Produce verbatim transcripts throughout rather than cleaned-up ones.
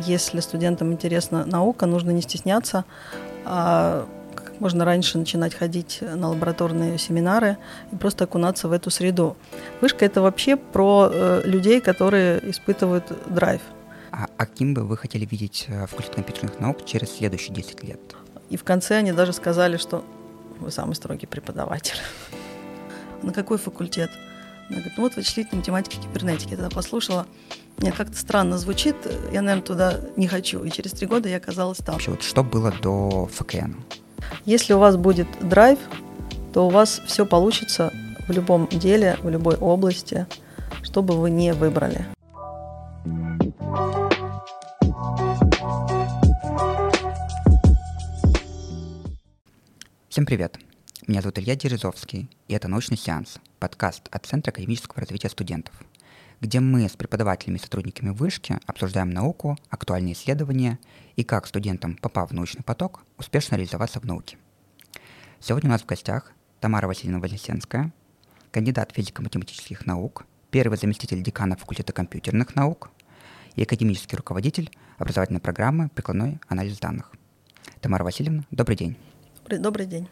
если студентам интересна наука, нужно не стесняться, а как можно раньше начинать ходить на лабораторные семинары и просто окунаться в эту среду. Вышка – это вообще про э, людей, которые испытывают драйв. А, а кем бы вы хотели видеть факультет компьютерных наук через следующие десять лет? И в конце они даже сказали, что вы самый строгий преподаватель. На какой факультет? Она говорит, ну вот вычислительной математики, кибернетики. Я тогда послушала, мне как-то странно звучит, я, наверное, туда не хочу. И через три года я оказалась там. Вообще, вот что было до ФКН? Если у вас будет драйв, то у вас все получится в любом деле, в любой области, что бы вы ни выбрали. Всем привет! Меня зовут Илья Дерезовский, и это «Научный сеанс», подкаст от Центра академического развития студентов, где мы с преподавателями и сотрудниками вышки обсуждаем науку, актуальные исследования и как студентам, попав в научный поток, успешно реализоваться в науке. Сегодня у нас в гостях Тамара Васильевна Вознесенская, кандидат физико-математических наук, первый заместитель декана факультета компьютерных наук и академический руководитель образовательной программы «Прикладной анализ данных». Тамара Васильевна, добрый день. Добрый, добрый день.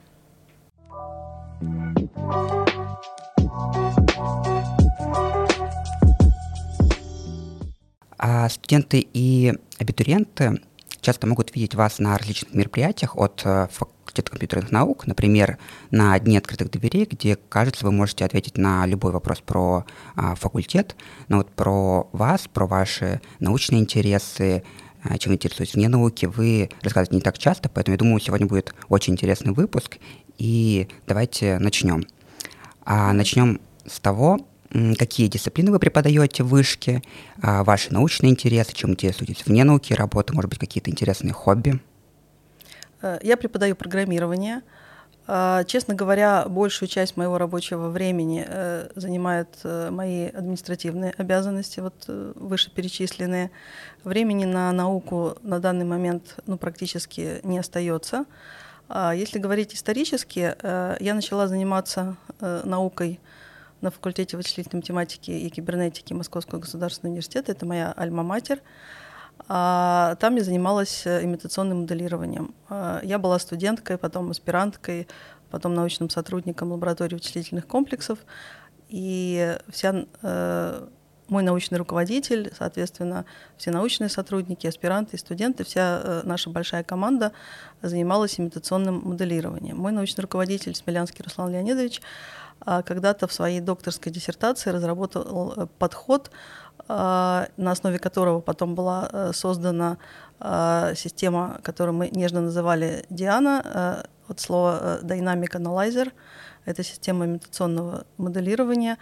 А студенты и абитуриенты часто могут видеть вас на различных мероприятиях от факультета компьютерных наук, например, на Дне открытых дверей, где, кажется, вы можете ответить на любой вопрос про а, факультет, но вот про вас, про ваши научные интересы, чем вы интересуетесь вне науки, вы рассказываете не так часто, поэтому я думаю, сегодня будет очень интересный выпуск, и давайте начнем. А начнем с того, какие дисциплины вы преподаете в вышке, ваши научные интересы, чем интересуетесь вне науки, работы, может быть, какие-то интересные хобби. Я преподаю программирование. Честно говоря, большую часть моего рабочего времени занимают мои административные обязанности, вот вышеперечисленные. Времени на науку на данный момент ну, практически не остается. Если говорить исторически, я начала заниматься наукой на факультете вычислительной математики и кибернетики Московского государственного университета. Это моя альма-матер. А там я занималась имитационным моделированием. Я была студенткой, потом аспиранткой, потом научным сотрудником лаборатории вычислительных комплексов. И вся, э, мой научный руководитель, соответственно, все научные сотрудники, аспиранты и студенты, вся э, наша большая команда занималась имитационным моделированием. Мой научный руководитель Смелянский Руслан Леонидович э, когда-то в своей докторской диссертации разработал э, подход, на основе которого потом была создана система, которую мы нежно называли Диана, от слова Dynamic Analyzer, это система имитационного моделирования.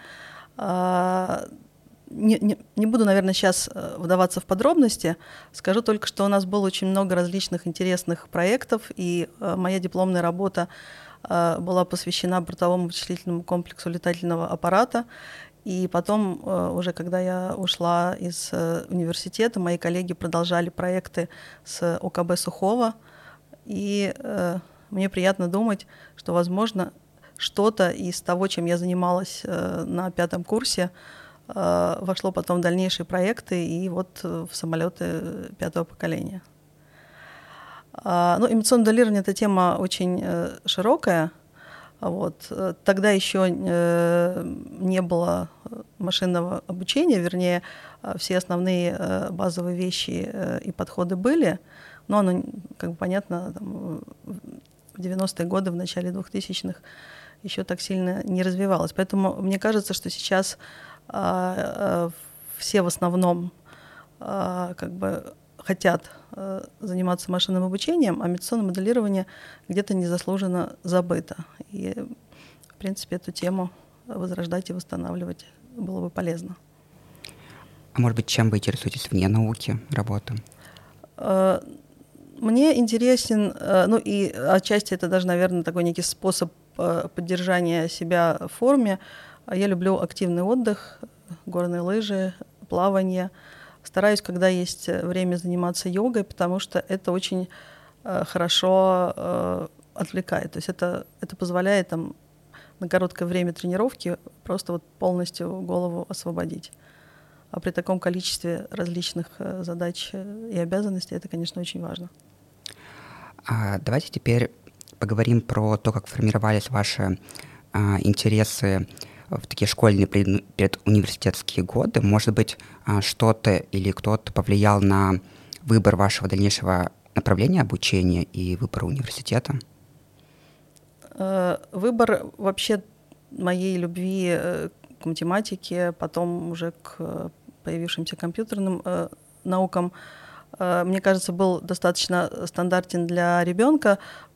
Не, не, не буду, наверное, сейчас вдаваться в подробности, скажу только, что у нас было очень много различных интересных проектов, и моя дипломная работа была посвящена бортовому вычислительному комплексу летательного аппарата. И потом, уже когда я ушла из университета, мои коллеги продолжали проекты с ОКБ Сухого. И э, мне приятно думать, что, возможно, что-то из того, чем я занималась э, на пятом курсе, э, вошло потом в дальнейшие проекты и вот в самолеты пятого поколения. А, ну, имитационное моделирование — это тема очень э, широкая. Вот. Тогда еще э, не было машинного обучения, вернее, все основные э, базовые вещи э, и подходы были, но оно, как бы понятно, там, в девяностые годы, в начале двухтысячных еще так сильно не развивалось. Поэтому мне кажется, что сейчас э, э, все в основном э, как бы хотят э, заниматься машинным обучением, а имитационное моделирование где-то незаслуженно забыто. И, в принципе, эту тему возрождать и восстанавливать было бы полезно. А может быть, чем вы интересуетесь вне науки, работы? Э, мне интересен, э, ну и отчасти это даже, наверное, такой некий способ э, поддержания себя в форме. Я люблю активный отдых, горные лыжи, плавание. Стараюсь, когда есть время, заниматься йогой, потому что это очень э, хорошо э, отвлекает. То есть это, это позволяет там, на короткое время тренировки просто вот полностью голову освободить. А при таком количестве различных задач и обязанностей это, конечно, очень важно. А давайте теперь поговорим про то, как формировались ваши а, интересы в такие школьные пред, предуниверситетские годы. Может быть, а, что-то или кто-то повлиял на выбор вашего дальнейшего направления обучения и выбора университета? Выбор вообще моей любви к математике, потом уже к появившимся компьютерным наукам, мне кажется, был достаточно стандартен для ребенка,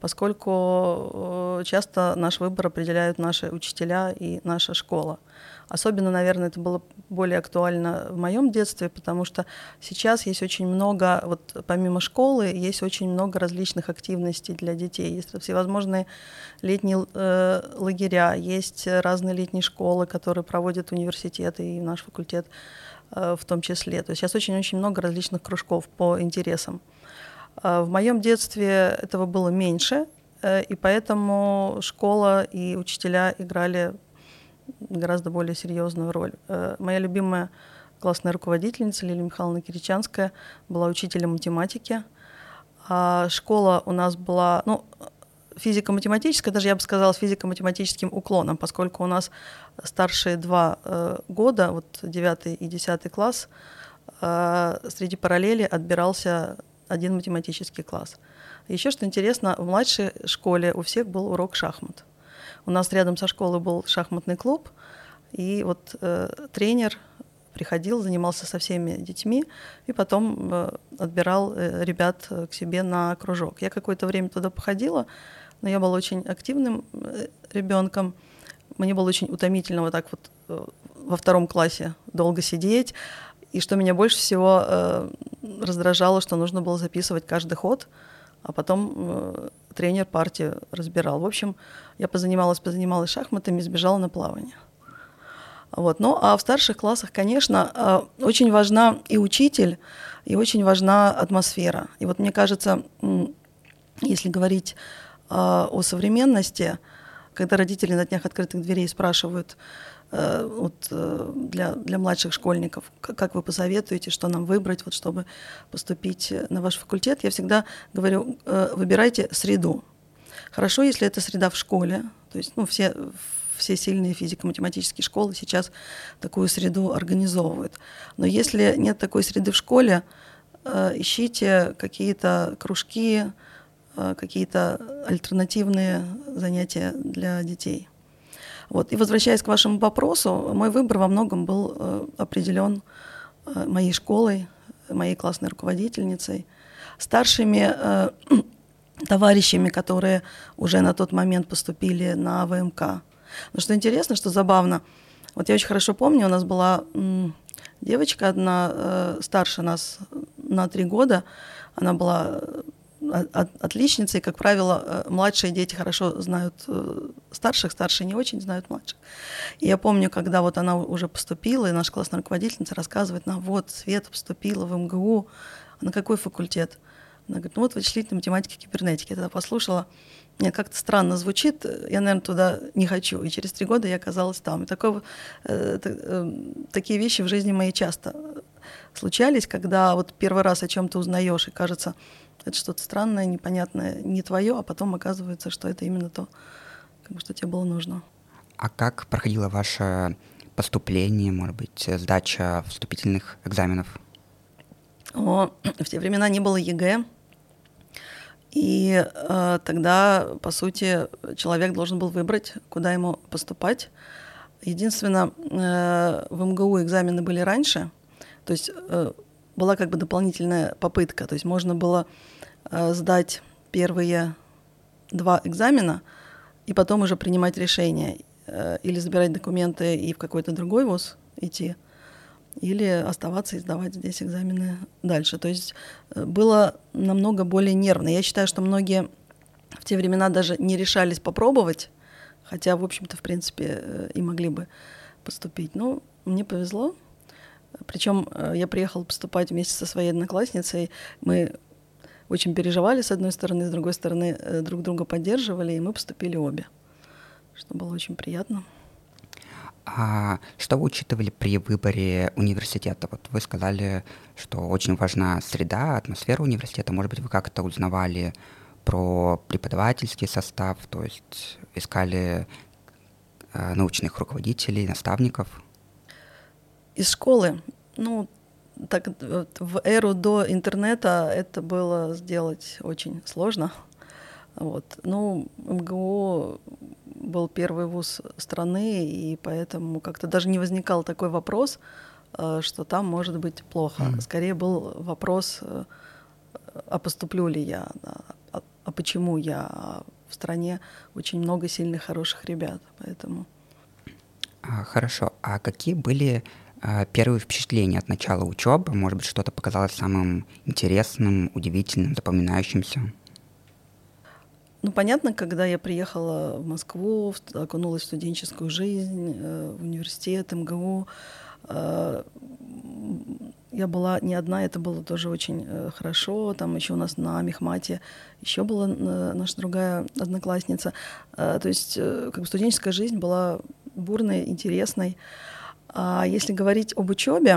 поскольку часто наш выбор определяют наши учителя и наша школа. Особенно, наверное, это было более актуально в моем детстве, потому что сейчас есть очень много, вот помимо школы, есть очень много различных активностей для детей. Есть всевозможные летние э, лагеря, есть разные летние школы, которые проводят университеты и наш факультет э, в том числе. То есть сейчас очень-очень много различных кружков по интересам. Э, в моем детстве этого было меньше, э, и поэтому школа и учителя играли гораздо более серьезную роль. Моя любимая классная руководительница Лилия Михайловна Киричанская была учителем математики. А школа у нас была, ну, физико-математическая, даже я бы сказала, с физико-математическим уклоном, поскольку у нас старшие два э, года, вот девятый и десятый класс, э, среди параллели отбирался один математический класс. Еще что интересно, в младшей школе у всех был урок шахмат. У нас рядом со школой был шахматный клуб, и вот э, тренер приходил, занимался со всеми детьми, и потом э, отбирал э, ребят к себе на кружок. Я какое-то время туда походила, но я была очень активным э, ребенком. Мне было очень утомительно вот так вот э, во втором классе долго сидеть. И что меня больше всего э, раздражало, что нужно было записывать каждый ход, а потом э, тренер партию разбирал. В общем, я позанималась, позанималась шахматами, сбежала на плавание. Вот. Ну, а в старших классах, конечно, очень важна и учитель, и очень важна атмосфера. И вот мне кажется, если говорить о современности, когда родители на днях открытых дверей спрашивают вот, для, для младших школьников, как вы посоветуете, что нам выбрать, вот, чтобы поступить на ваш факультет, я всегда говорю, выбирайте среду. Хорошо, если это среда в школе, то есть ну, все, все сильные физико-математические школы сейчас такую среду организовывают. Но если нет такой среды в школе, ищите какие-то кружки, какие-то альтернативные занятия для детей. Вот. И возвращаясь к вашему вопросу, мой выбор во многом был э, определен э, моей школой, моей классной руководительницей, старшими э, товарищами, которые уже на тот момент поступили на ВМК. Но что интересно, что забавно, вот я очень хорошо помню, у нас была м, девочка одна, э, старше нас на три года, она была отличницей, как правило, младшие дети хорошо знают старших, старшие не очень знают младших. И я помню, когда вот она уже поступила, и наша классная руководительница рассказывает нам, вот, Света поступила в эм гэ у, а на какой факультет? Она говорит, ну вот вычислительной математики и кибернетики. Я тогда послушала, мне как-то странно звучит, я, наверное, туда не хочу. И через три года я оказалась там. И такое, э, э, такие вещи в жизни моей часто случались, когда вот первый раз о чем-то узнаешь, и кажется, это что-то странное, непонятное, не твое, а потом оказывается, что это именно то, как бы, что тебе было нужно. А как проходило ваше поступление, может быть, сдача вступительных экзаменов? О, в те времена не было е гэ э, и э, тогда, по сути, человек должен был выбрать, куда ему поступать. Единственное, э, в эм гэ у экзамены были раньше, то есть э, была как бы дополнительная попытка, то есть можно было э, сдать первые два экзамена и потом уже принимать решение, э, или забирать документы и в какой-то другой вуз идти, или оставаться и сдавать здесь экзамены дальше. То есть было намного более нервно. Я считаю, что многие в те времена даже не решались попробовать, хотя, в общем-то, в принципе, и могли бы поступить. Но мне повезло. Причем я приехала поступать вместе со своей одноклассницей. Мы очень переживали, с одной стороны, с другой стороны, друг друга поддерживали, и мы поступили обе, что было очень приятно. А что вы учитывали при выборе университета? Вот вы сказали, что очень важна среда, атмосфера университета. Может быть, вы как-то узнавали про преподавательский состав, то есть искали э, научных руководителей, наставников? Из школы, ну, так вот, в эру до интернета это было сделать очень сложно. Вот. Ну, МГУ был первый вуз страны, и поэтому как-то даже не возникал такой вопрос, что там может быть плохо. Mm. Скорее был вопрос, а поступлю ли я, а, а почему я. В стране очень много сильных, хороших ребят, поэтому... Хорошо. А какие были первые впечатления от начала учебы? Может быть, что-то показалось самым интересным, удивительным, запоминающимся? Ну, понятно, когда я приехала в Москву, окунулась в студенческую жизнь, в университет, МГУ, я была не одна, это было тоже очень хорошо. Там еще у нас на мехмате еще была наша другая одноклассница. То есть как бы студенческая жизнь была бурной, интересной. А если говорить об учебе,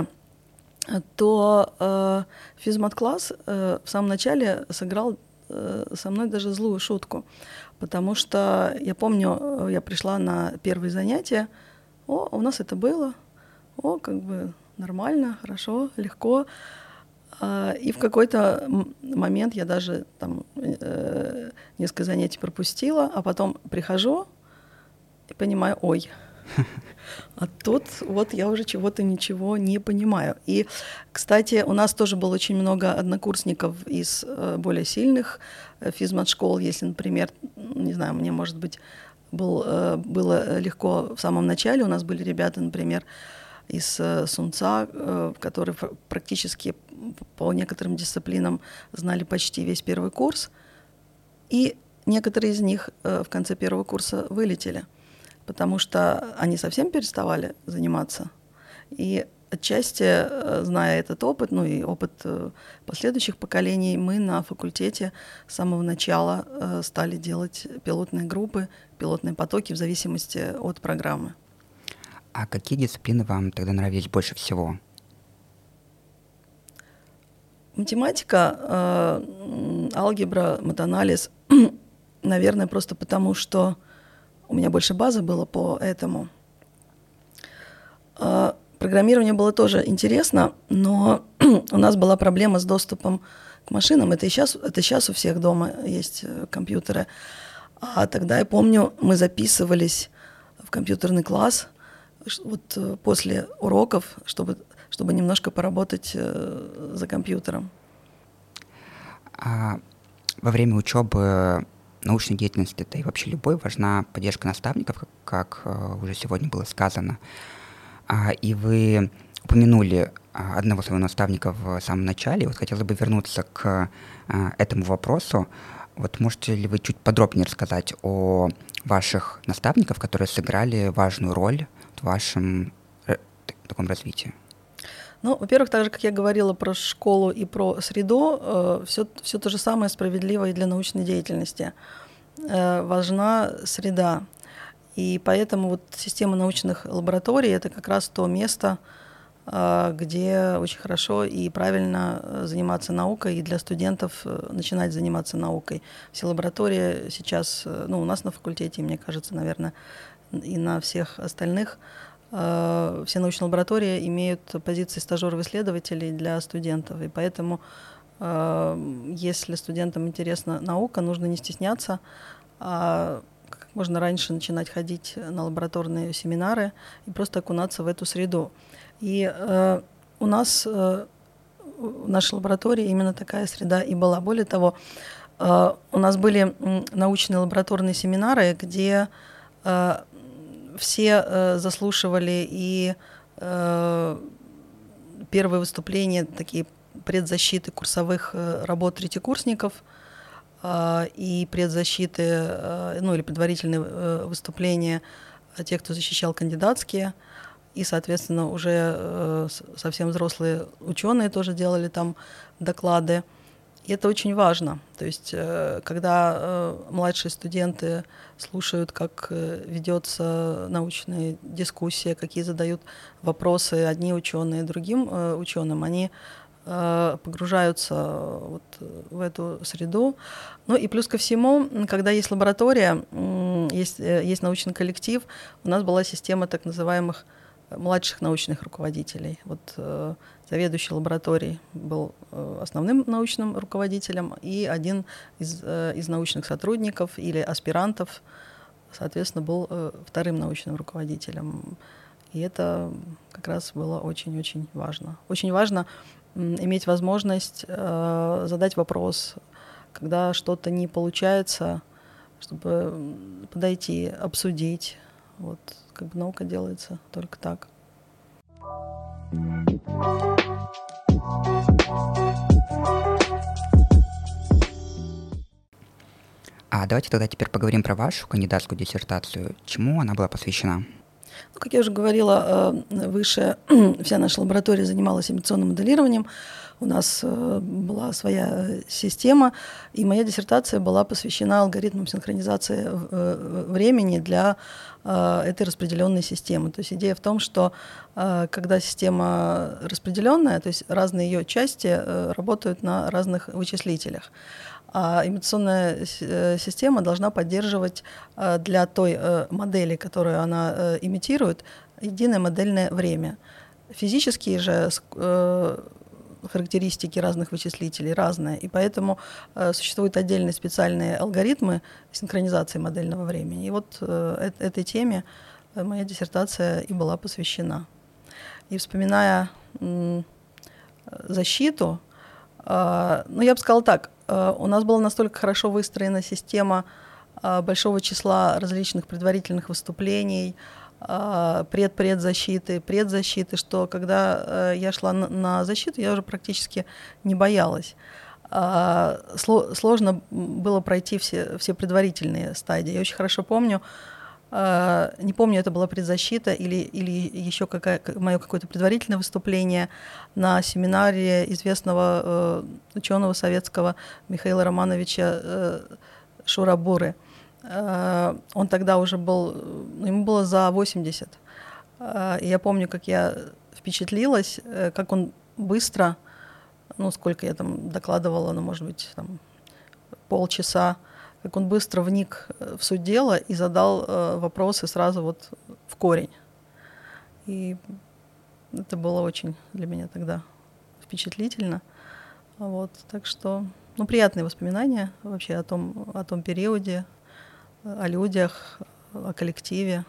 то физмат-класс в самом начале сыграл со мной даже злую шутку, потому что я помню, я пришла на первые занятия, о, у нас это было, о, как бы нормально, хорошо, легко, и в какой-то момент я даже там несколько занятий пропустила, а потом прихожу и понимаю, ой, а тут вот я уже чего-то ничего не понимаю. И, кстати, у нас тоже было очень много однокурсников из более сильных физмат-школ. Если, например, не знаю, мне, может быть, был, было легко в самом начале. У нас были ребята, например, из Сунца, которые практически по некоторым дисциплинам знали почти весь первый курс. И некоторые из них в конце первого курса вылетели, потому что они совсем переставали заниматься. И отчасти, зная этот опыт, ну и опыт последующих поколений, мы на факультете с самого начала стали делать пилотные группы, пилотные потоки в зависимости от программы. А какие дисциплины вам тогда нравились больше всего? Математика, алгебра, матанализ, наверное, просто потому, что у меня больше базы было по этому. Программирование было тоже интересно, но у нас была проблема с доступом к машинам. Это и сейчас, это сейчас у всех дома есть компьютеры. А тогда, я помню, мы записывались в компьютерный класс вот после уроков, чтобы, чтобы немножко поработать за компьютером. А во время учебы научной деятельности, да и вообще любой, важна поддержка наставников, как, как уже сегодня было сказано. А, и вы упомянули одного своего наставника в самом начале. Вот хотелось бы вернуться к а, этому вопросу. Вот можете ли вы чуть подробнее рассказать о ваших наставниках, которые сыграли важную роль в вашем э, таком развитии? Ну, во-первых, так же, как я говорила про школу и про среду, э, все, все то же самое справедливо и для научной деятельности. Э, важна среда. И поэтому вот система научных лабораторий — это как раз то место, э, где очень хорошо и правильно заниматься наукой, и для студентов начинать заниматься наукой. Все лаборатории сейчас, ну, у нас на факультете, мне кажется, наверное, и на всех остальных, все научные лаборатории имеют позиции стажеров-исследователей для студентов. И поэтому, если студентам интересна наука, нужно не стесняться, а как можно раньше начинать ходить на лабораторные семинары и просто окунаться в эту среду. И у нас в нашей лаборатории именно такая среда и была. Более того, у нас были научные лабораторные семинары, где все э, заслушивали и э, первые выступления, такие предзащиты курсовых э, работ третьекурсников э, и предзащиты, э, ну или предварительные э, выступления тех, кто защищал кандидатские. И, соответственно, уже э, совсем взрослые ученые тоже делали там доклады. И это очень важно. То есть, когда младшие студенты слушают, как ведется научная дискуссия, какие задают вопросы одни ученые другим ученым, они погружаются вот в эту среду. Ну и плюс ко всему, когда есть лаборатория, есть, есть научный коллектив, у нас была система так называемых младших научных руководителей. Вот э, заведующий лабораторией был э, основным научным руководителем, и один из, э, из научных сотрудников или аспирантов, соответственно, был э, вторым научным руководителем. И это как раз было очень-очень важно. Очень важно э, иметь возможность э, задать вопрос, когда что-то не получается, чтобы подойти, обсудить. Вот. Как бы наука делается только так. А давайте тогда теперь поговорим про вашу кандидатскую диссертацию. Чему она была посвящена? Ну, как я уже говорила, выше вся наша лаборатория занималась имитационным моделированием. У нас была своя система, и моя диссертация была посвящена алгоритмам синхронизации времени для этой распределенной системы. То есть идея в том, что когда система распределенная, то есть разные ее части работают на разных вычислителях, а имитационная система должна поддерживать для той модели, которую она имитирует, единое модельное время. Физические же характеристики разных вычислителей разные, и поэтому э, существуют отдельные специальные алгоритмы синхронизации модельного времени. И вот э, э, этой теме моя диссертация и была посвящена. И вспоминая э, защиту, э, ну, я бы сказала так, э, у нас была настолько хорошо выстроена система э, большого числа различных предварительных выступлений, предпредзащиты, предзащиты, что когда я шла на защиту, я уже практически не боялась. Сложно было пройти все, все предварительные стадии. Я очень хорошо помню, не помню, это была предзащита или, или еще какая, мое какое-то предварительное выступление на семинаре известного ученого советского Михаила Романовича Шурабуры. Он тогда уже был, ему было за восемьдесят. И я помню, как я впечатлилась, как он быстро, ну, сколько я там докладывала, ну, может быть, там, полчаса, как он быстро вник в суть дела и задал вопросы сразу вот в корень. И это было очень для меня тогда впечатлительно. Вот, так что, ну, приятные воспоминания вообще о том, о том периоде, о людях, о коллективе.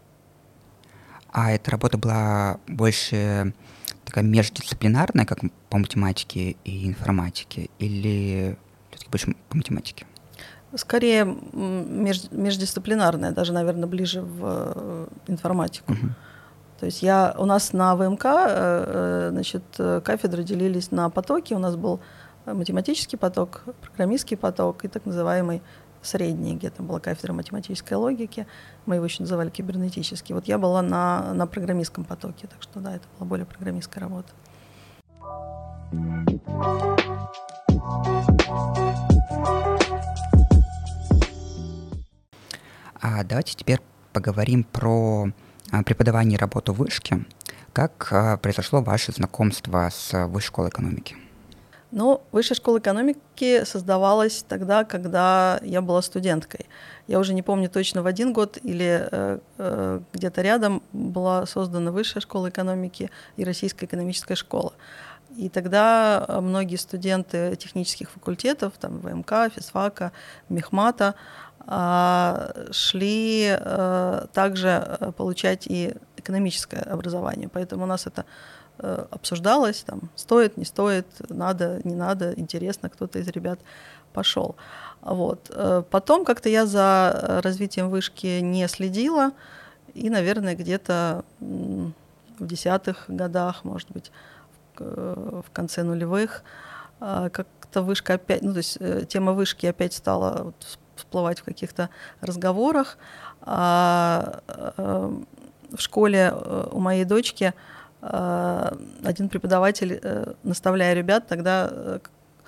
А эта работа была больше такая междисциплинарная, как по математике и информатике, или все-таки больше по математике? Скорее меж, междисциплинарная, даже, наверное, ближе в информатику. Uh-huh. То есть я, у нас на ВМК, значит, кафедры делились на потоки. У нас был математический поток, программистский поток и так называемый средний, где там была кафедра математической логики, мы его еще называли кибернетический. Вот я была на, на программистском потоке, так что да, это была более программистская работа. А давайте теперь поговорим про преподавание и работу в вышке. Как произошло ваше знакомство с Высшей школой экономики? Ну, Высшая школа экономики создавалась тогда, когда я была студенткой. Я уже не помню точно, в один год или э, э, где-то рядом была создана Высшая школа экономики и Российская экономическая школа. И тогда многие студенты технических факультетов, там ВМК, физфака, мехмата, э, шли э, также получать и экономическое образование. Поэтому у нас это обсуждалось, там, стоит, не стоит, надо, не надо, интересно, кто-то из ребят пошел. Вот. Потом как-то я за развитием вышки не следила, и, наверное, где-то в десятых годах, может быть, в конце нулевых, как-то вышка опять, ну, то есть тема вышки опять стала вот всплывать в каких-то разговорах. А в школе у моей дочки один преподаватель, наставляя ребят, тогда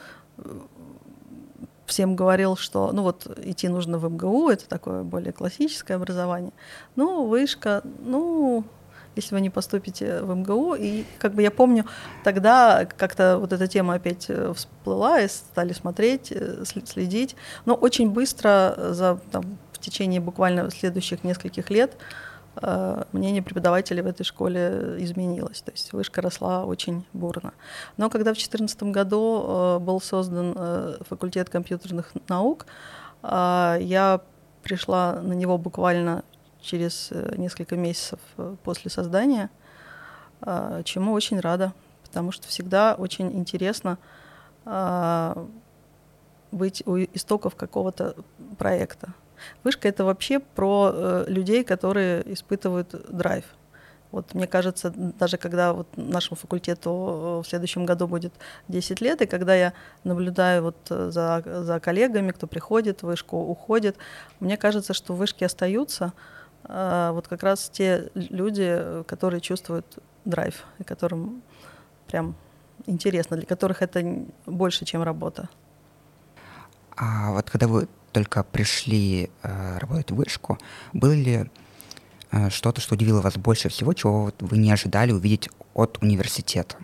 всем говорил, что ну вот идти нужно в эм гэ у, это такое более классическое образование. Ну, вышка, ну, если вы не поступите в эм гэ у. И как бы я помню, тогда как-то вот эта тема опять всплыла, и стали смотреть, следить. Но очень быстро, за, там, в течение буквально следующих нескольких лет, мнение преподавателей в этой школе изменилось. То есть вышка росла очень бурно. Но когда в две тысячи четырнадцатом году был создан факультет компьютерных наук, я пришла на него буквально через несколько месяцев после создания, чему очень рада, потому что всегда очень интересно быть у истоков какого-то проекта. Вышка — это вообще про э, людей, которые испытывают драйв. Вот мне кажется, даже когда вот нашему факультету в следующем году будет десять лет, и когда я наблюдаю вот за, за коллегами, кто приходит в вышку, уходит, мне кажется, что в вышке остаются э, вот как раз те люди, которые чувствуют драйв, и которым прям интересно, для которых это больше, чем работа. А вот когда вы только пришли э, работать в вышку, было ли э, что-то, что удивило вас больше всего, чего вот вы не ожидали увидеть от университета?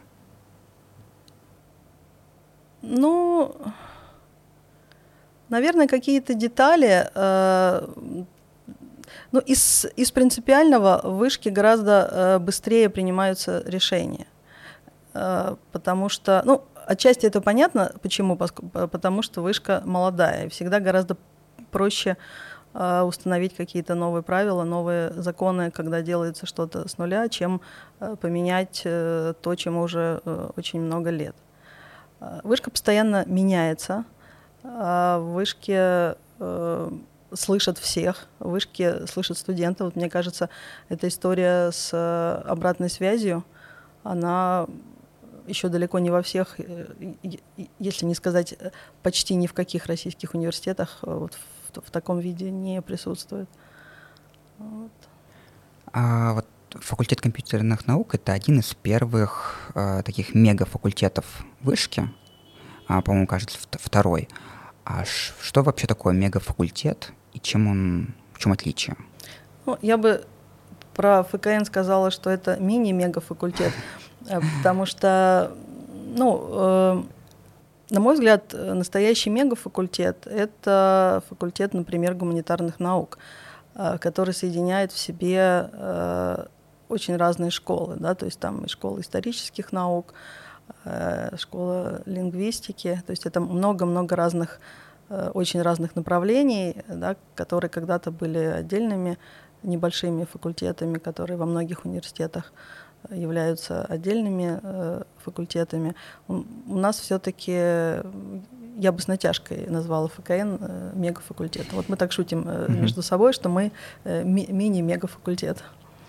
Ну, наверное, какие-то детали. Э, ну, из, из принципиального в вышке гораздо э, быстрее принимаются решения. Э, потому что, ну, отчасти это понятно, почему, потому что вышка молодая, и всегда гораздо проще э, установить какие-то новые правила, новые законы, когда делается что-то с нуля, чем э, поменять э, то, чему уже э, очень много лет. Э, вышка постоянно меняется, э, в вышке э, слышат всех, в вышке слышат студентов. Вот, мне кажется, эта история с э, обратной связью, она еще далеко не во всех, если не сказать почти ни в каких российских университетах вот в, в таком виде не присутствует. Вот. А вот факультет компьютерных наук — это один из первых э, таких мегафакультетов вышки, а, по-моему, кажется, второй. А ш, что вообще такое мегафакультет и чем он, в чем отличие? Ну, я бы про эф ка эн сказала, что это мини-мегафакультет, потому что, ну, э, на мой взгляд, настоящий мегафакультет — это факультет, например, гуманитарных наук, э, который соединяет в себе э, очень разные школы, да, то есть там и школа исторических наук, э, школа лингвистики, то есть это много-много разных, э, очень разных направлений, да, которые когда-то были отдельными небольшими факультетами, которые во многих университетах являются отдельными э, факультетами. У, у нас все-таки, я бы с натяжкой назвала эф ка эн э, мегафакультетом. Вот мы так шутим э, mm-hmm. между собой, что мы э, ми- мини-мегафакультет.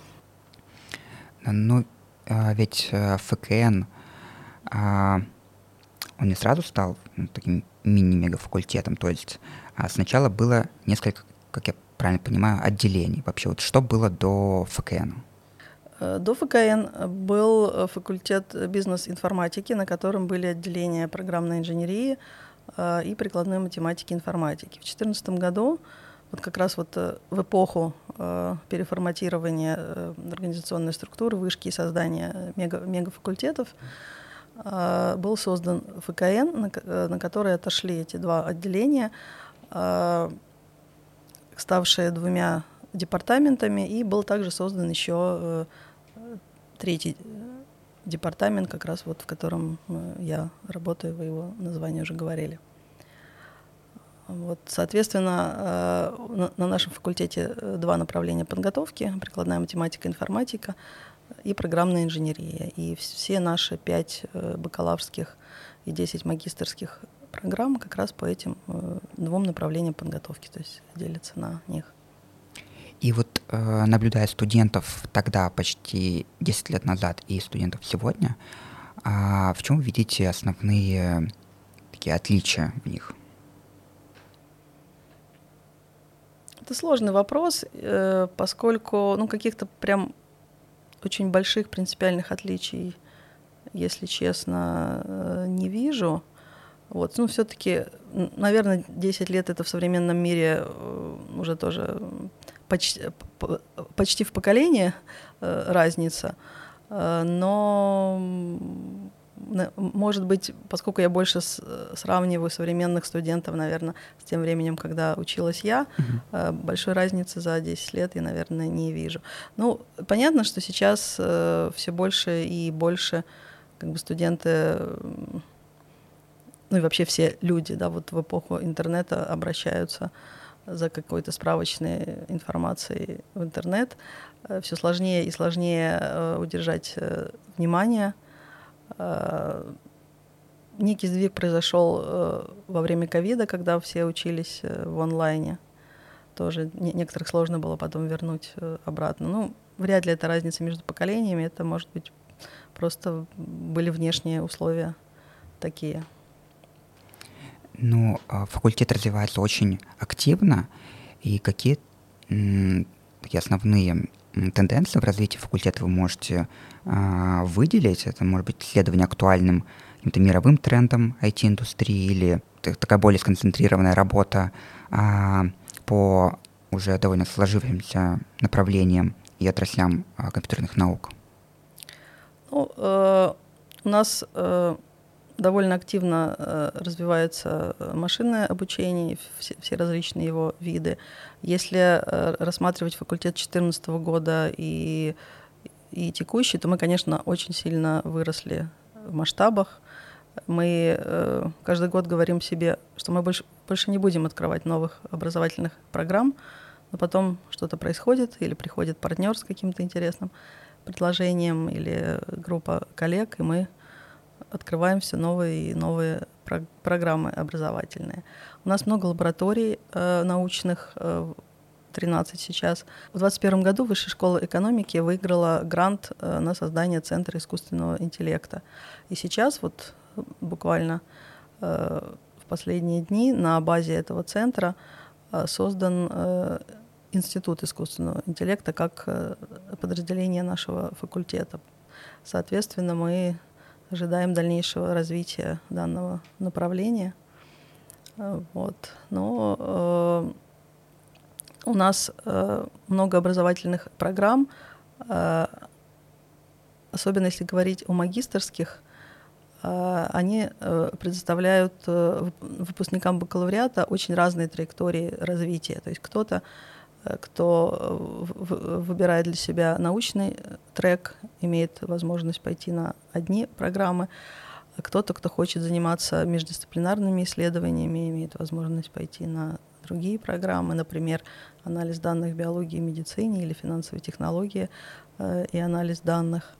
Ну, а ведь эф ка эн, а, он не сразу стал ну, таким мини-мегафакультетом, то есть а сначала было несколько, как я правильно понимаю, отделений. Вообще, вот что было до эф ка эн? До эф ка эн был факультет бизнес-информатики, на котором были отделения программной инженерии и прикладной математики и информатики. В две тысячи четырнадцатом году, вот как раз вот в эпоху переформатирования организационной структуры вышки и создания мега, мегафакультетов, был создан эф ка эн, на который отошли эти два отделения, ставшие двумя департаментами, и был также создан еще третий департамент, как раз вот в котором я работаю, вы его название уже говорили. Вот, соответственно, на нашем факультете два направления подготовки: прикладная математика, информатика и программная инженерия. И все наши пять бакалаврских и десять магистерских программ как раз по этим двум направлениям подготовки, то есть делятся на них. И вот э, наблюдая студентов тогда, почти десять лет назад, и студентов сегодня, а в чем вы видите основные такие отличия в них? Это сложный вопрос, э, поскольку ну, каких-то прям очень больших принципиальных отличий, если честно, э, не вижу. Вот. Ну, все-таки, наверное, десять лет — это в современном мире уже тоже почти, почти в поколение разница, но, может быть, поскольку я больше сравниваю современных студентов, наверное, с тем временем, когда училась я, mm-hmm. большой разницы за десять лет я, наверное, не вижу. Ну, понятно, что сейчас все больше и больше как бы студенты, ну и вообще все люди, да, вот в эпоху интернета обращаются за какой-то справочной информацией в интернет. Все сложнее и сложнее удержать внимание. Некий сдвиг произошел во время ковида, когда все учились в онлайне. Тоже некоторых сложно было потом вернуть обратно. Ну, вряд ли это разница между поколениями, это, может быть, просто были внешние условия такие. Ну, факультет развивается очень активно, и какие м, такие основные тенденции в развитии факультета вы можете а, выделить? Это может быть исследование актуальным каким-то мировым трендом ай ти-индустрии или такая более сконцентрированная работа а, по уже довольно сложившимся направлениям и отраслям а, компьютерных наук? Ну, э, у нас э, довольно активно э, развивается машинное обучение, все, все различные его виды. Если э, рассматривать факультет две тысячи четырнадцатого года и, и текущий, то мы, конечно, очень сильно выросли в масштабах. Мы э, каждый год говорим себе, что мы больше, больше не будем открывать новых образовательных программ, но потом что-то происходит, или приходит партнер с каким-то интересным предложением, или группа коллег, и мы открываем все новые и новые про- программы образовательные. У нас много лабораторий э, научных, э, тринадцать сейчас. В двадцать первом году Высшая школа экономики выиграла грант э, на создание Центра искусственного интеллекта. И сейчас вот буквально э, в последние дни на базе этого центра э, создан э, Институт искусственного интеллекта как э, подразделение нашего факультета. Соответственно, мы ожидаем дальнейшего развития данного направления. Вот. Но э, у нас э, много образовательных программ, э, особенно если говорить о магистерских, э, они э, предоставляют э, выпускникам бакалавриата очень разные траектории развития. То есть кто-то, кто выбирает для себя научный трек, имеет возможность пойти на одни программы, а кто-то, кто хочет заниматься междисциплинарными исследованиями, имеет возможность пойти на другие программы, например, анализ данных в биологии и медицине или финансовые технологии и анализ данных.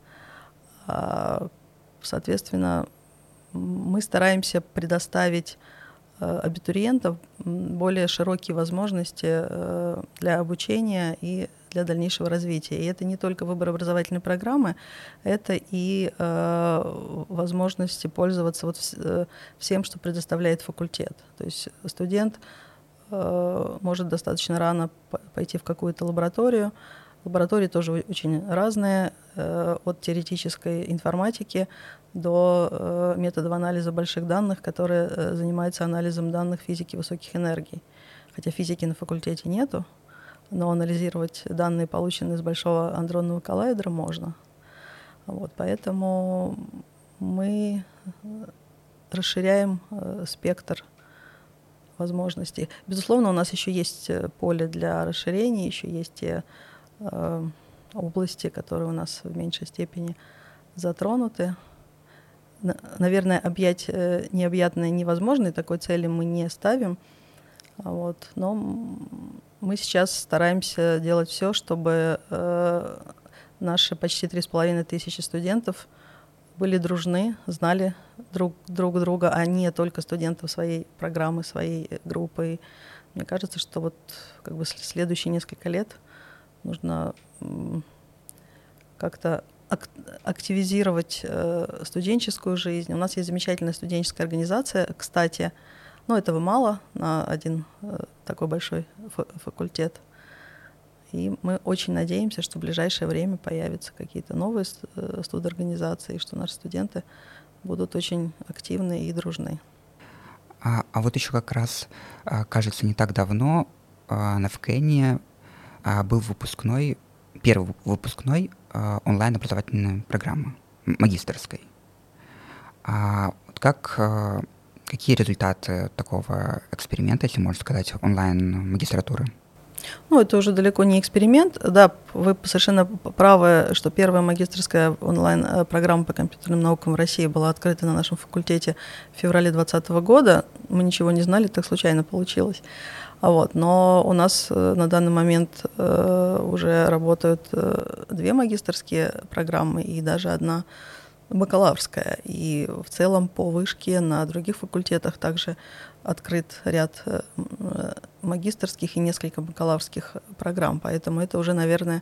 Соответственно, мы стараемся предоставить абитуриентов более широкие возможности для обучения и для дальнейшего развития. И это не только выбор образовательной программы, это и э, возможности пользоваться вот всем, что предоставляет факультет. То есть студент э, может достаточно рано пойти в какую-то лабораторию. Лаборатории тоже очень разные, э, от теоретической информатики до э, методов анализа больших данных, которые э, занимаются анализом данных физики высоких энергий. Хотя физики на факультете нету, но анализировать данные, полученные из Большого адронного коллайдера, можно. Вот, поэтому мы расширяем э, спектр возможностей. Безусловно, у нас еще есть поле для расширения, еще есть те э, области, которые у нас в меньшей степени затронуты. Наверное, объять необъятное невозможно, и такой цели мы не ставим. Вот. Но мы сейчас стараемся делать все, чтобы э, наши почти три с половиной тысячи студентов были дружны, знали друг, друг друга, а не только студентов своей программы, своей группы. И мне кажется, что вот как бы следующие несколько лет нужно м, как-то активизировать э, студенческую жизнь. У нас есть замечательная студенческая организация, кстати, но этого мало на один э, такой большой факультет. И мы очень надеемся, что в ближайшее время появятся какие-то новые студорганизации, и что наши студенты будут очень активны и дружны. А, а вот еще как раз, кажется, не так давно на ФКЭНе был выпускной, первый выпускной онлайн-образовательной программы, магистерской. А вот как, какие результаты такого эксперимента, если можно сказать, онлайн-магистратуры? Ну, это уже далеко не эксперимент. Да, вы совершенно правы, что первая магистерская онлайн-программа по компьютерным наукам в России была открыта на нашем факультете в феврале двадцатого года. Мы ничего не знали, так случайно получилось. Вот. Но у нас на данный момент уже работают две магистерские программы и даже одна бакалаврская. И в целом по вышке на других факультетах также открыт ряд магистерских и несколько бакалаврских программ. Поэтому это уже, наверное,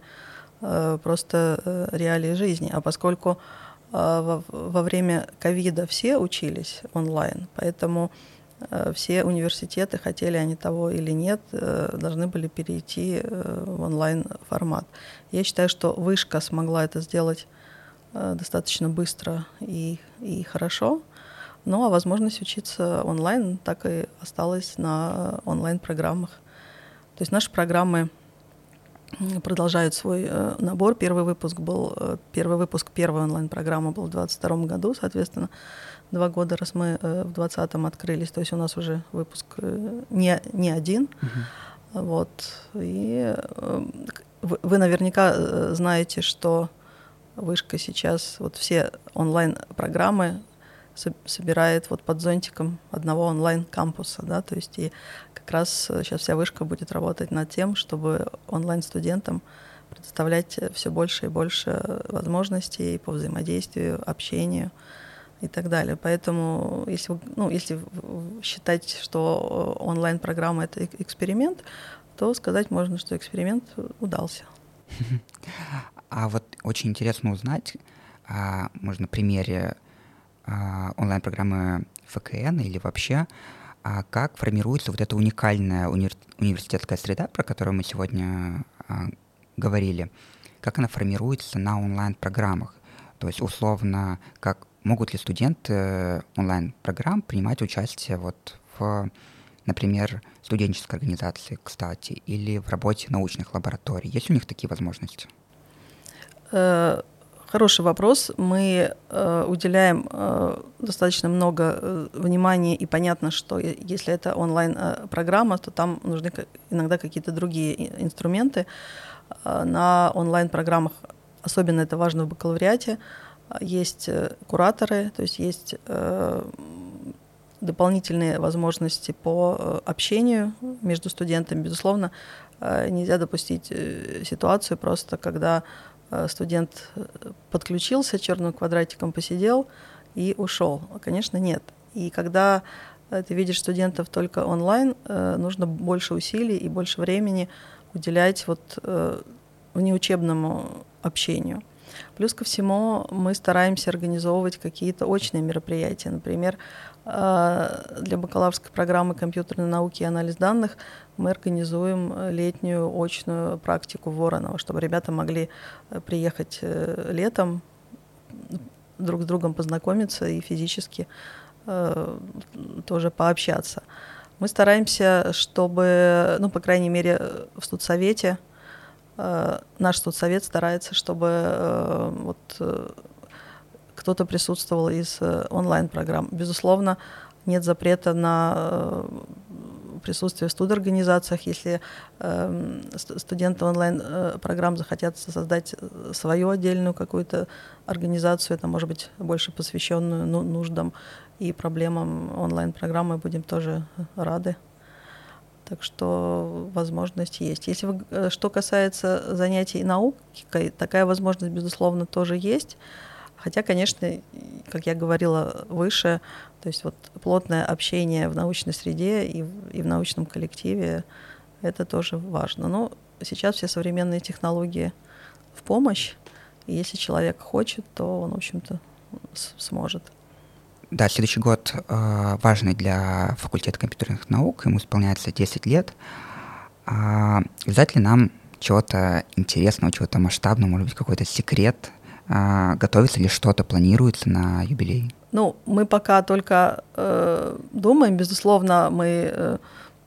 просто реалии жизни. А поскольку во время ковида все учились онлайн, поэтому все университеты, хотели они того или нет, должны были перейти в онлайн-формат. Я считаю, что вышка смогла это сделать достаточно быстро и, и хорошо. Ну, а возможность учиться онлайн так и осталась на онлайн-программах. То есть наши программы продолжают свой набор. Первый выпуск был, первый выпуск первой онлайн-программы был в двадцать втором году, соответственно, два года, раз мы в двадцатом открылись. То есть у нас уже выпуск не, не один. Uh-huh. Вот. И вы, вы наверняка знаете, что вышка сейчас, вот все онлайн-программы собирает вот под зонтиком одного онлайн-кампуса, да, то есть и как раз сейчас вся вышка будет работать над тем, чтобы онлайн-студентам предоставлять все больше и больше возможностей по взаимодействию, общению и так далее. Поэтому если, ну, если считать, что онлайн-программа — это эксперимент, то сказать можно, что эксперимент удался. А вот очень интересно узнать, а, может, на примере а, онлайн-программы ФКН или вообще, а как формируется вот эта уникальная уни- университетская среда, про которую мы сегодня а, говорили, как она формируется на онлайн-программах? То есть, условно, как могут ли студенты онлайн-программ принимать участие вот в, например, студенческой организации, кстати, или в работе научных лабораторий? Есть у них такие возможности? Хороший вопрос. Мы э, уделяем э, достаточно много э, внимания, и понятно, что если это онлайн-программа, то там нужны иногда какие-то другие инструменты. Э, на онлайн-программах, особенно это важно в бакалавриате, есть кураторы, то есть есть э, дополнительные возможности по общению между студентами. Безусловно, э, нельзя допустить ситуацию просто, когда студент подключился, черным квадратиком посидел и ушел. Конечно, нет. И когда ты видишь студентов только онлайн, нужно больше усилий и больше времени уделять вот внеучебному общению. Плюс ко всему мы стараемся организовывать какие-то очные мероприятия. Например, для бакалаврской программы компьютерной науки и анализ данных мы организуем летнюю очную практику в Воронова, чтобы ребята могли приехать летом, друг с другом познакомиться и физически тоже пообщаться. Мы стараемся, чтобы, ну, по крайней мере, в студсовете, наш студсовет старается, чтобы вот кто-то присутствовал из онлайн-программ. Безусловно, нет запрета на присутствие в студорганизациях. Если э, студенты онлайн-программ захотят создать свою отдельную какую-то организацию, это может быть больше посвященную ну, нуждам и проблемам онлайн-программы, будем тоже рады. Так что возможность есть. Если вы, что касается занятий наукой, такая возможность, безусловно, тоже есть. Хотя, конечно, как я говорила выше, то есть вот плотное общение в научной среде и в, и в научном коллективе — это тоже важно. Но сейчас все современные технологии в помощь, и если человек хочет, то он, в общем-то, с- сможет. Да, следующий год э, важный для факультета компьютерных наук, ему исполняется десять лет. А, ждать ли нам чего-то интересного, чего-то масштабного, может быть, какой-то секрет? А, готовится ли что-то, планируется на юбилей? Ну, мы пока только э, думаем, безусловно, мы э,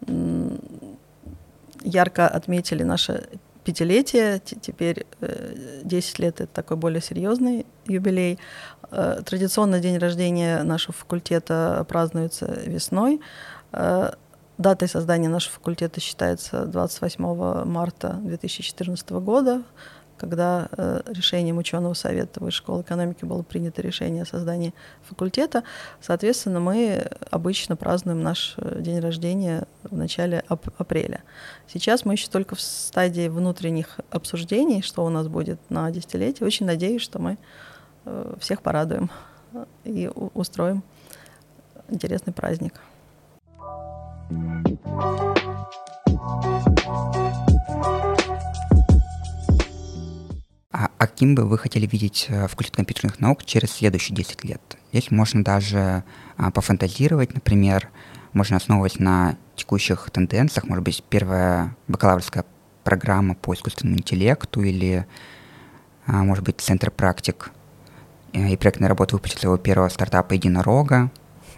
ярко отметили наше пятилетие, теперь э, десять лет — это такой более серьезный юбилей. Э, традиционно день рождения нашего факультета празднуется весной. Э, датой создания нашего факультета считается двадцать восьмого марта две тысячи четырнадцатого года, когда э, решением ученого совета Высшей школы экономики было принято решение о создании факультета. Соответственно, мы обычно празднуем наш день рождения в начале ап- апреля. Сейчас мы еще только в стадии внутренних обсуждений, что у нас будет на десятилетие. Очень надеюсь, что мы э, всех порадуем и у- устроим интересный праздник. А, а кем бы вы хотели видеть факультет компьютерных наук через следующие десять лет? Здесь можно даже а, пофантазировать, например, можно основывать на текущих тенденциях, может быть, первая бакалаврская программа по искусственному интеллекту или, а, может быть, центр практик и проектная работа выпустит своего первого стартапа «Единорога».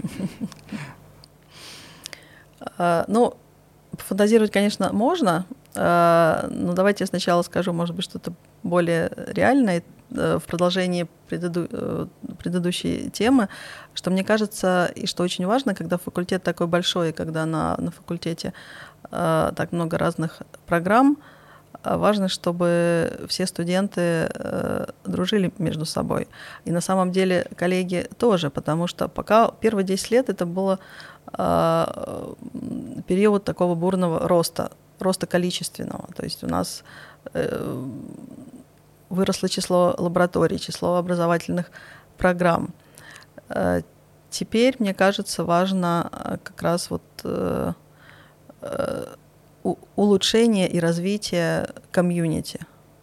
Ну, пофантазировать, конечно, можно, но давайте я сначала скажу, может быть, что-то более реальное в продолжении предыду- предыдущей темы, что мне кажется, и что очень важно, когда факультет такой большой, и когда на, на факультете э, так много разных программ, важно, чтобы все студенты э, дружили между собой. И на самом деле коллеги тоже, потому что пока первые десять лет это было э, период такого бурного роста, роста количественного. То есть у нас э, выросло число лабораторий, число образовательных программ. Э, теперь, мне кажется, важно как раз вот э, э, улучшение и развитие комьюнити,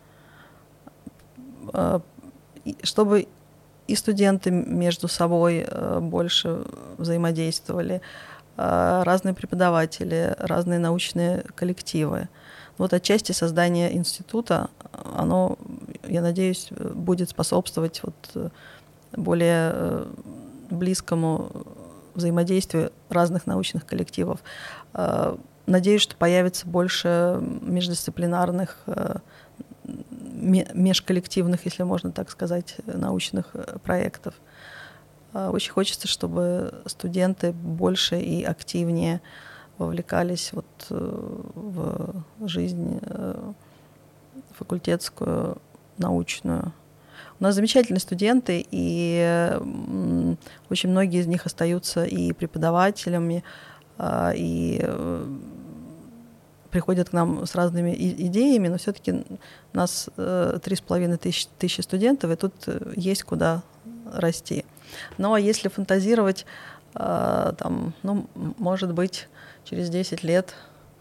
чтобы и студенты между собой больше взаимодействовали, разные преподаватели, разные научные коллективы. Вот отчасти создание института, оно, я надеюсь, будет способствовать вот более близкому взаимодействию разных научных коллективов. Надеюсь, что появится больше междисциплинарных, межколлективных, если можно так сказать, научных проектов. Очень хочется, чтобы студенты больше и активнее вовлекались вот в жизнь факультетскую, научную. У нас замечательные студенты, и очень многие из них остаются и преподавателями, и приходят к нам с разными идеями, но все-таки у нас три с половиной тысячи, тысячи студентов, и тут есть куда расти. Но если фантазировать, там, ну, может быть, через десять лет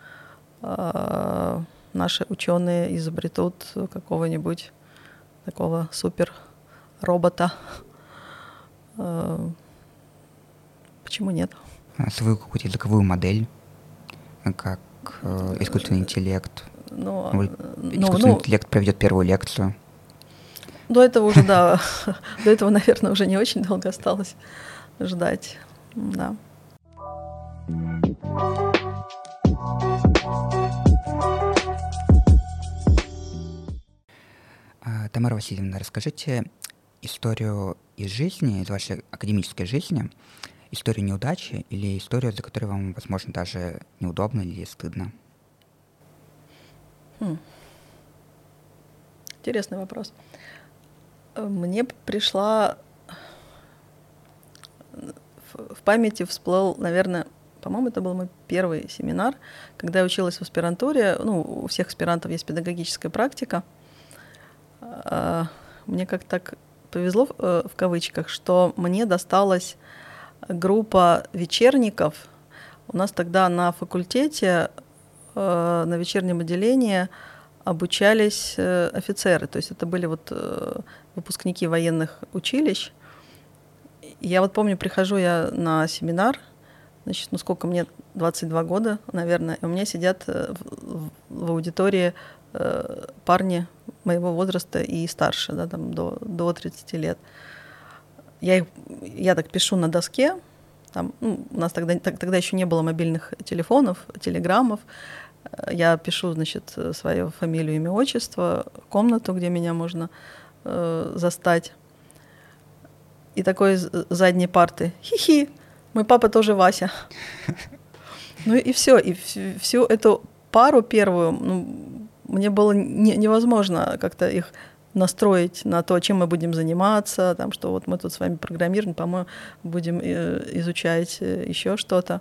наши ученые изобретут какого-нибудь такого супер робота. Почему нет? Свою какую-то языковую модель, как э, искусственный интеллект. Ну, Может, ну, искусственный ну, интеллект проведет первую лекцию. До этого уже, да, до этого, наверное, уже не очень долго осталось ждать, да. Тамара Васильевна, расскажите историю из жизни, из вашей академической жизни, историю неудачи или историю, за которой вам, возможно, даже неудобно или стыдно? Хм. Интересный вопрос. Мне пришла в памяти всплыл, наверное, по-моему, это был мой первый семинар, когда я училась в аспирантуре. Ну, у всех аспирантов есть педагогическая практика. Мне как-то так повезло, в кавычках, что мне досталась группа вечерников. У нас тогда на факультете, на вечернем отделении обучались офицеры. То есть это были вот выпускники военных училищ. Я вот помню, прихожу я на семинар, значит, ну сколько мне, двадцать два года, наверное, и у меня сидят в, в аудитории парни моего возраста и старше, да, там до, до тридцати лет. я, их, я так пишу на доске. Там, ну, у нас тогда, тогда еще не было мобильных телефонов, телеграммов. Я пишу, значит, свою фамилию, имя, отчество, комнату, где меня можно э, застать. И такой с задней парты: хи-хи, мой папа тоже Вася. Ну и все. И всю эту пару первую, ну, мне было не, невозможно как-то их настроить на то, чем мы будем заниматься, там, что вот мы тут с вами программируем, по-моему, будем изучать еще что-то.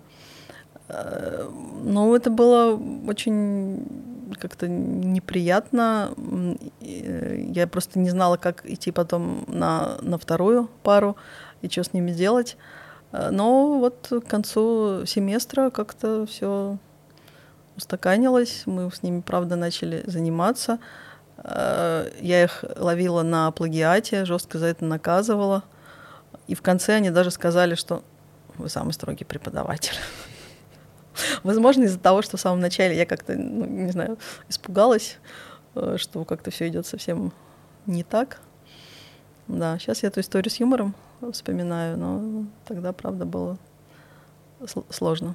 Но это было очень как-то неприятно. Я просто не знала, как идти потом на, на вторую пару и что с ними делать. Но вот к концу семестра как-то все устаканилось. Мы с ними, правда, начали заниматься. Я их ловила на плагиате, жестко за это наказывала. И в конце они даже сказали, что вы самый строгий преподаватель. Возможно, из-за того, что в самом начале я как-то, ну, не знаю, испугалась, что как-то все идет совсем не так. Да, сейчас я эту историю с юмором вспоминаю, но тогда, правда, было сложно.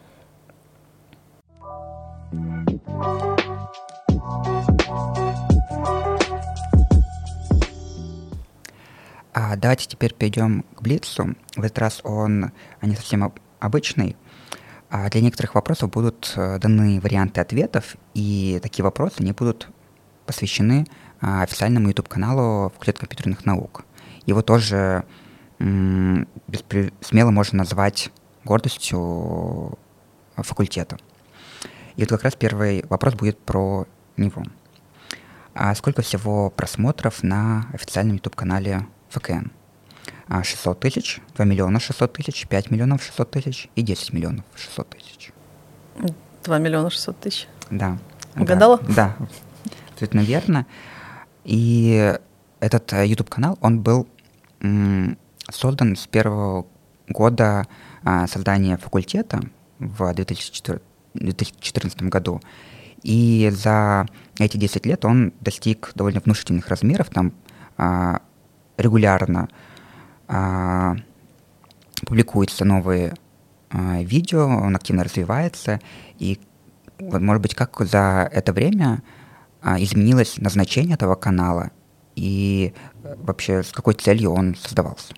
А давайте теперь перейдем к Блицу. В этот раз он не совсем обычный. А для некоторых вопросов будут даны варианты ответов, и такие вопросы они будут посвящены официальному YouTube-каналу Факультета компьютерных наук. Его тоже м- беспри- смело можно назвать гордостью факультета. И вот как раз первый вопрос будет про него. А сколько всего просмотров на официальном YouTube-канале эф ка эн? шестьсот тысяч, два миллиона шестьсот тысяч, пять миллионов шестьсот тысяч и десять миллионов шестьсот тысяч. два миллиона шестьсот тысяч. Да. Угадала? Да, да, абсолютно верно. И этот YouTube-канал, он был м, создан с первого года а, создания факультета в две тысячи четырнадцатом году. И за эти десять лет он достиг довольно внушительных размеров. Там а, регулярно а, публикуются новые а, видео, он активно развивается. И, вот, может быть, как за это время а, изменилось назначение этого канала и вообще с какой целью он создавался?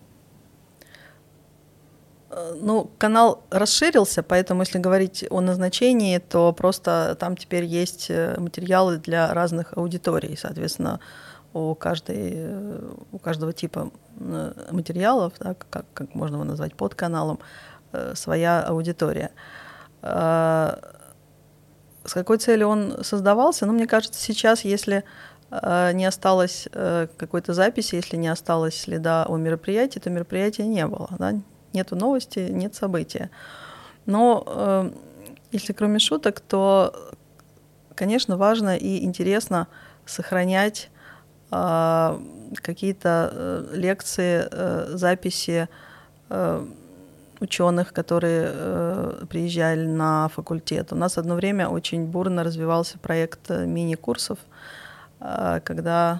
Ну, канал расширился, поэтому если говорить о назначении, то просто там теперь есть материалы для разных аудиторий. Соответственно, у, каждой, у каждого типа материалов, да, как, как можно его назвать, под каналом, своя аудитория. С какой целью он создавался? Ну, мне кажется, сейчас, если не осталось какой-то записи, если не осталось следа о мероприятии, то мероприятия не было, да? Нету новости, нет события. Но э, если кроме шуток, то, конечно, важно и интересно сохранять э, какие-то э, лекции, э, записи э, ученых, которые э, приезжали на факультет. У нас одно время очень бурно развивался проект мини-курсов, э, когда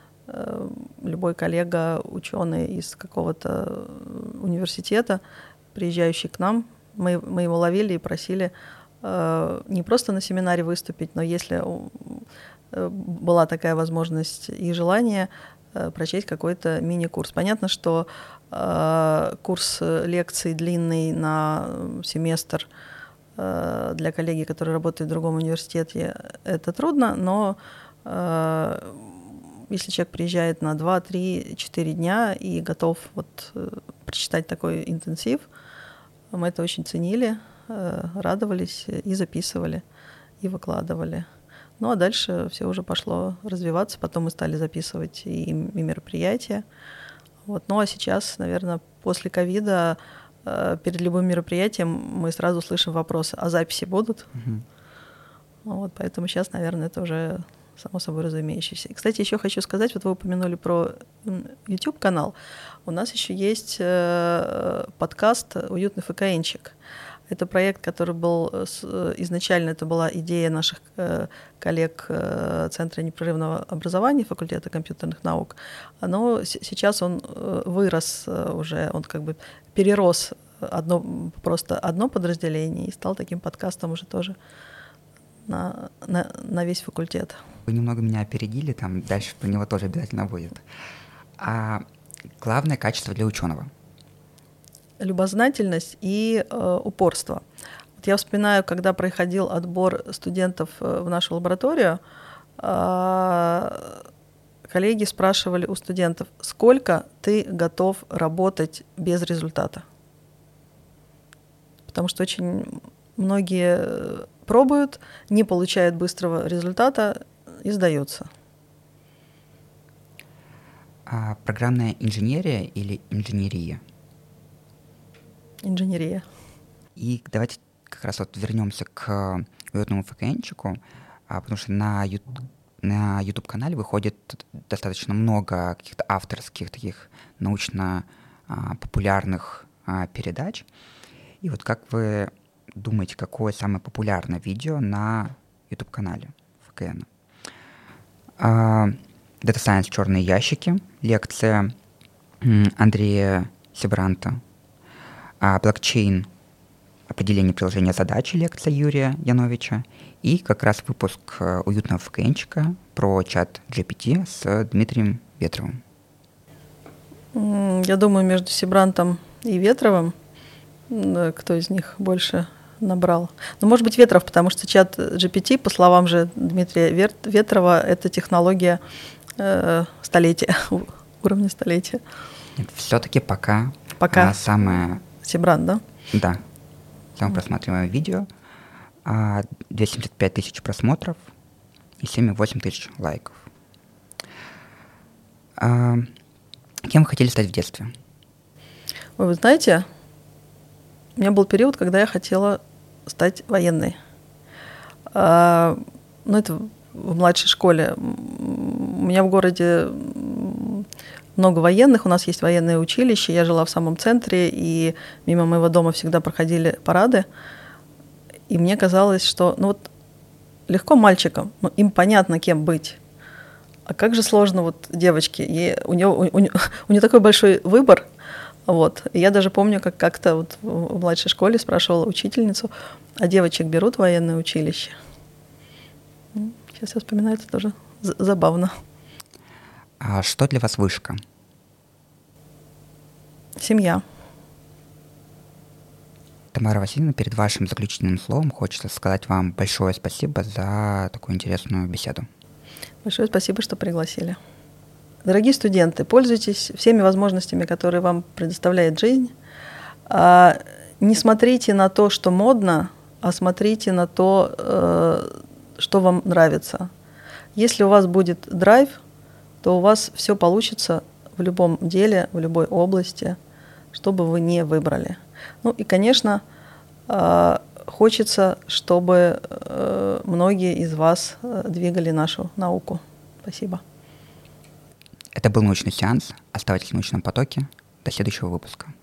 любой коллега, ученый из какого-то университета, приезжающий к нам, мы, мы его ловили и просили э, не просто на семинаре выступить, но если э, была такая возможность и желание, э, прочесть какой-то мини-курс. Понятно, что э, курс лекций длинный на семестр э, для коллеги, который работает в другом университете, это трудно, но э, если человек приезжает на два, три, четыре дня и готов вот, э, прочитать такой интенсив, мы это очень ценили, э, радовались и записывали, и выкладывали. Ну а дальше все уже пошло развиваться, потом мы стали записывать и, и мероприятия. Вот. Ну а сейчас, наверное, после ковида э, перед любым мероприятием мы сразу слышим вопрос, а записи будут? Mm-hmm. Вот, поэтому сейчас, наверное, это уже само собой разумеющееся. И, кстати, еще хочу сказать, вот вы упомянули про YouTube-канал. У нас еще есть э, подкаст «Уютный ФКНчик». Это проект, который был изначально, это была идея наших коллег Центра непрерывного образования факультета компьютерных наук, но сейчас он вырос уже, он как бы перерос одно, просто одно подразделение и стал таким подкастом уже тоже на, на, на весь факультет. Вы немного меня опередили, там дальше про него тоже обязательно будет. А главное качество для ученого? Любознательность и э, упорство. Вот я вспоминаю, когда проходил отбор студентов в нашу лабораторию, э, коллеги спрашивали у студентов, сколько ты готов работать без результата? Потому что очень многие пробуют, не получают быстрого результата и сдаются. А программная инженерия или инженерия? Инженерия. И давайте как раз вот вернемся к уютному ФКНчику, потому что на YouTube, на YouTube-канале выходит достаточно много каких-то авторских таких научно-популярных передач. И вот как вы думаете, какое самое популярное видео на YouTube-канале ФКН? Data Science «Черные ящики», лекция Андрея Себранта, блокчейн «Определение приложения задачи», лекция Юрия Яновича, и как раз выпуск уютного ФКНчика про чат джи пи ти с Дмитрием Ветровым. Я думаю, между Себрантом и Ветровым, кто из них больше набрал. Ну, может быть, Ветров, потому что чат джи пи ти, по словам же Дмитрия Ветрова, это технология э, столетия, уровня столетия. Нет, все-таки пока, пока. А, самое... Себрант, да? Да. Самое просматриваемое видео. А, двести семьдесят пять тысяч просмотров и семь целых восемь тысяч лайков. А, кем вы хотели стать в детстве? Ой, вы знаете, у меня был период, когда я хотела стать военной. А, ну, это в младшей школе. У меня в городе много военных, у нас есть военное училище, я жила в самом центре, и мимо моего дома всегда проходили парады. И мне казалось, что ну вот легко мальчикам, ну, им понятно, кем быть. А как же сложно вот девочке, ей, у нее у, у, у нее такой большой выбор. Вот. И я даже помню, как как-то вот в младшей школе спрашивала учительницу, а девочек берут в военное училище? Сейчас я вспоминаю, это тоже забавно. А что для вас вышка? Семья. Тамара Васильевна, перед вашим заключительным словом хочется сказать вам большое спасибо за такую интересную беседу. Большое спасибо, что пригласили. Дорогие студенты, пользуйтесь всеми возможностями, которые вам предоставляет жизнь. Не смотрите на то, что модно, а смотрите на то, что вам нравится. Если у вас будет драйв, то у вас все получится в любом деле, в любой области, что бы вы ни выбрали. Ну и, конечно, хочется, чтобы многие из вас двигали нашу науку. Спасибо. Это был научный сеанс. Оставайтесь в научном потоке. До следующего выпуска.